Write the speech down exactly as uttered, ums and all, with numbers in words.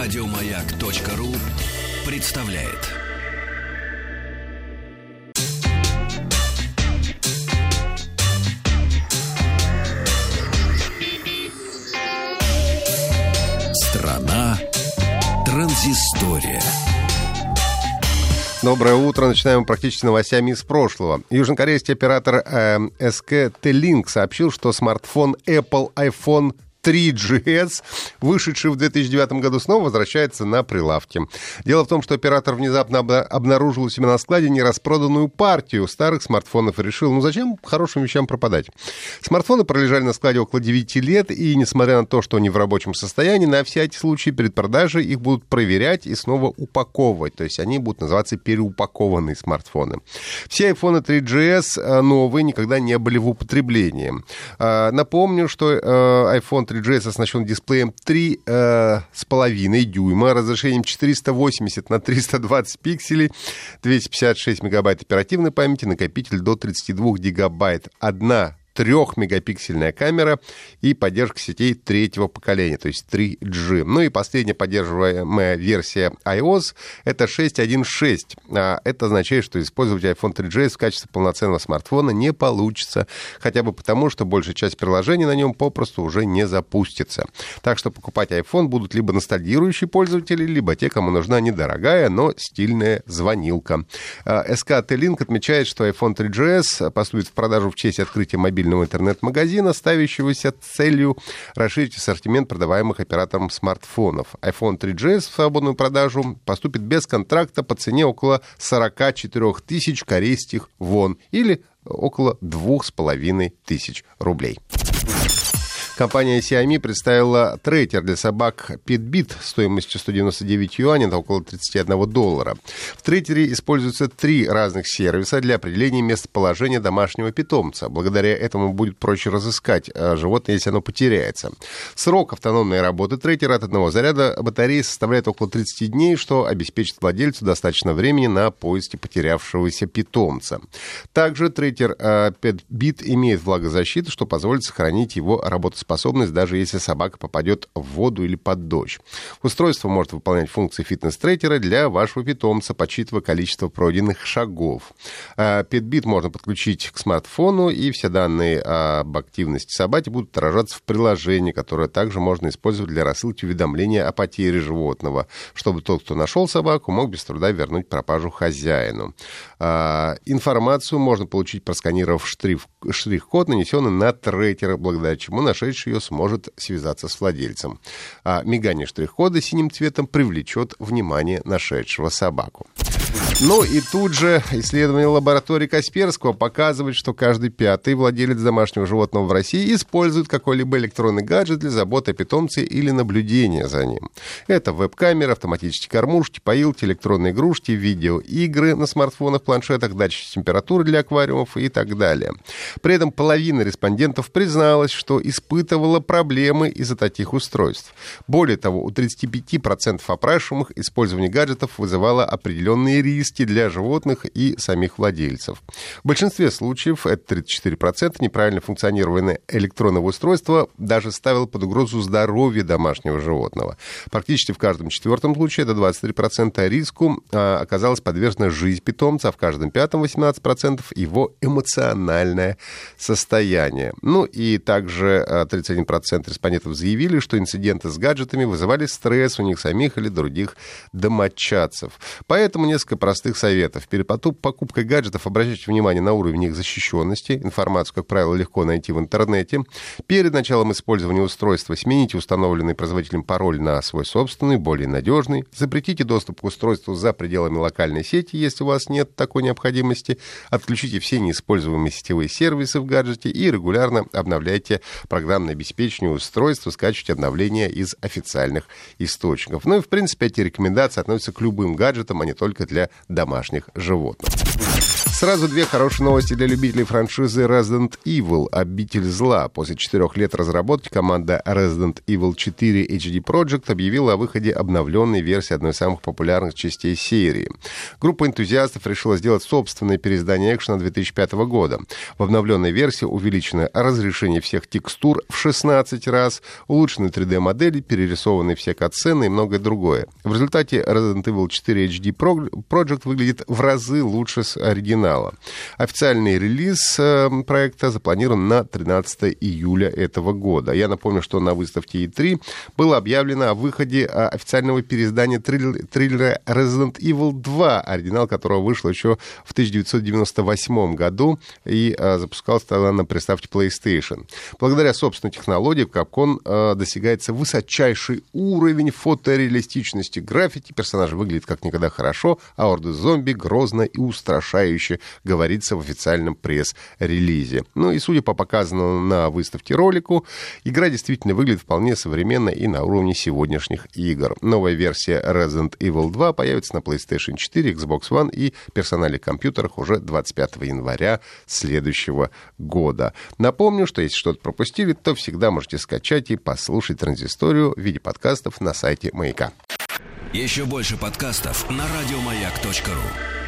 Радиомаяк.ру представляет. Страна транзистория. Доброе утро. Начинаем практически новостями из прошлого. Южнокорейский оператор э, эс кей T-Link сообщил, что смартфон Apple iPhone три джи эс, вышедший в две тысячи девятом году, снова возвращается на прилавки. Дело в том, что оператор внезапно обнаружил у себя на складе нераспроданную партию старых смартфонов и решил, ну зачем хорошим вещам пропадать? Смартфоны пролежали на складе около девяти лет, и несмотря на то, что они в рабочем состоянии, на всякий случай перед продажей их будут проверять и снова упаковывать. То есть они будут называться переупакованные смартфоны. Все iPhone три джи эс новые никогда не были в употреблении. Напомню, что iPhone три джи эс оснащен дисплеем три с половиной дюйма, разрешением четыреста восемьдесят на триста двадцать пикселей, двести пятьдесят шесть мегабайт оперативной памяти, накопитель до тридцать два гигабайт, одна трехмегапиксельная камера и поддержка сетей третьего поколения, то есть три джи. Ну и последняя поддерживаемая версия iOS — это шесть точка один точка шесть. А это означает, что использовать iPhone три джи эс в качестве полноценного смартфона не получится, хотя бы потому, что большая часть приложений на нем попросту уже не запустится. Так что покупать iPhone будут либо ностальгирующие пользователи, либо те, кому нужна недорогая, но стильная звонилка. эс кей T-Link отмечает, что iPhone три джи эс поступит в продажу в честь открытия мобильного интернет-магазина, ставящегося целью расширить ассортимент продаваемых оператором смартфонов. iPhone три джи эс в свободную продажу поступит без контракта по цене около сорок четыре тысячи корейских вон или около двух с половиной тысяч рублей. Компания Xiaomi представила трекер для собак Fitbit стоимостью сто девяносто девять юаней, это около тридцать один доллара. В трекере используются три разных сервиса для определения местоположения домашнего питомца. Благодаря этому будет проще разыскать животное, если оно потеряется. Срок автономной работы трекера от одного заряда батареи составляет около тридцать дней, что обеспечит владельцу достаточно времени на поиски потерявшегося питомца. Также трекер Fitbit имеет влагозащиту, что позволит сохранить его работоспособность, способность, даже если собака попадет в воду или под дождь. Устройство может выполнять функции фитнес-трекера для вашего питомца, подсчитывая количество пройденных шагов. Fitbit можно подключить к смартфону, и все данные об активности собаки будут отражаться в приложении, которое также можно использовать для рассылки уведомления о потере животного, чтобы тот, кто нашел собаку, мог без труда вернуть пропажу хозяину. Информацию можно получить, просканировав штрих, штрих-код, нанесенный на трекер, благодаря чему нашедший ее сможет связаться с владельцем. А мигание штрих-кода синим цветом привлечет внимание нашедшего собаку. Ну и тут же исследование лаборатории Касперского показывает, что каждый пятый владелец домашнего животного в России использует какой-либо электронный гаджет для заботы о питомце или наблюдения за ним. Это веб-камеры, автоматические кормушки, поилки, электронные игрушки, видеоигры на смартфонах, планшетах, датчики температуры для аквариумов и так далее. При этом половина респондентов призналась, что испытывала проблемы из-за таких устройств. Более того, у тридцать пять процентов опрашиваемых использование гаджетов вызывало определенные риски для животных и самих владельцев. В большинстве случаев, это тридцать четыре процента, неправильно функционирование электронного устройства даже ставило под угрозу здоровье домашнего животного. Практически в каждом четвертом случае, это двадцать три процента, риску а, оказалась подвержена жизнь питомца, а в каждом пятом, восемнадцать процентов, его эмоциональное состояние. Ну и также а, тридцать один процент респондентов заявили, что инциденты с гаджетами вызывали стресс у них самих или других домочадцев. Поэтому несколько простых советов. Перед покупкой гаджетов обращайте внимание на уровень их защищенности. Информацию, как правило, легко найти в интернете. Перед началом использования устройства смените установленный производителем пароль на свой собственный, более надежный. Запретите доступ к устройству за пределами локальной сети, если у вас нет такой необходимости. Отключите все неиспользуемые сетевые сервисы в гаджете и регулярно обновляйте программное обеспечение устройства, скачивайте обновления из официальных источников. Ну и, в принципе, эти рекомендации относятся к любым гаджетам, а не только для домашних животных. Сразу две хорошие новости для любителей франшизы Resident Evil «Обитель зла». После четырех лет разработки команда Resident Evil четыре эйч ди Project объявила о выходе обновленной версии одной из самых популярных частей серии. Группа энтузиастов решила сделать собственное переиздание экшена две тысячи пятого года. В обновленной версии увеличено разрешение всех текстур в шестнадцать раз, улучшены три дэ-модели, перерисованы все катсцены и многое другое. В результате Resident Evil четыре эйч ди Project выглядит в разы лучше с оригинала. Официальный релиз э, проекта запланирован на тринадцатое июля этого года. Я напомню, что на выставке и три было объявлено о выходе э, официального переиздания триллера, триллера Resident Evil два, оригинал которого вышел еще в тысяча девятьсот девяносто восьмом году и э, запускался тогда на приставке PlayStation. Благодаря собственной технологии в Capcom э, достигается высочайший уровень фотореалистичности граффити. Персонаж выглядит как никогда хорошо, а орды зомби грозно и устрашающе, говорится в официальном пресс-релизе. Ну и судя по показанному на выставке ролику, игра действительно выглядит вполне современно и на уровне сегодняшних игр. Новая версия Resident Evil два появится на PlayStation четыре, Xbox One и персональных компьютерах уже двадцать пятого января следующего года. Напомню, что если что-то пропустили, то всегда можете скачать и послушать Транзисторию в виде подкастов на сайте Маяка. Еще больше подкастов на радиомаяк точка ру.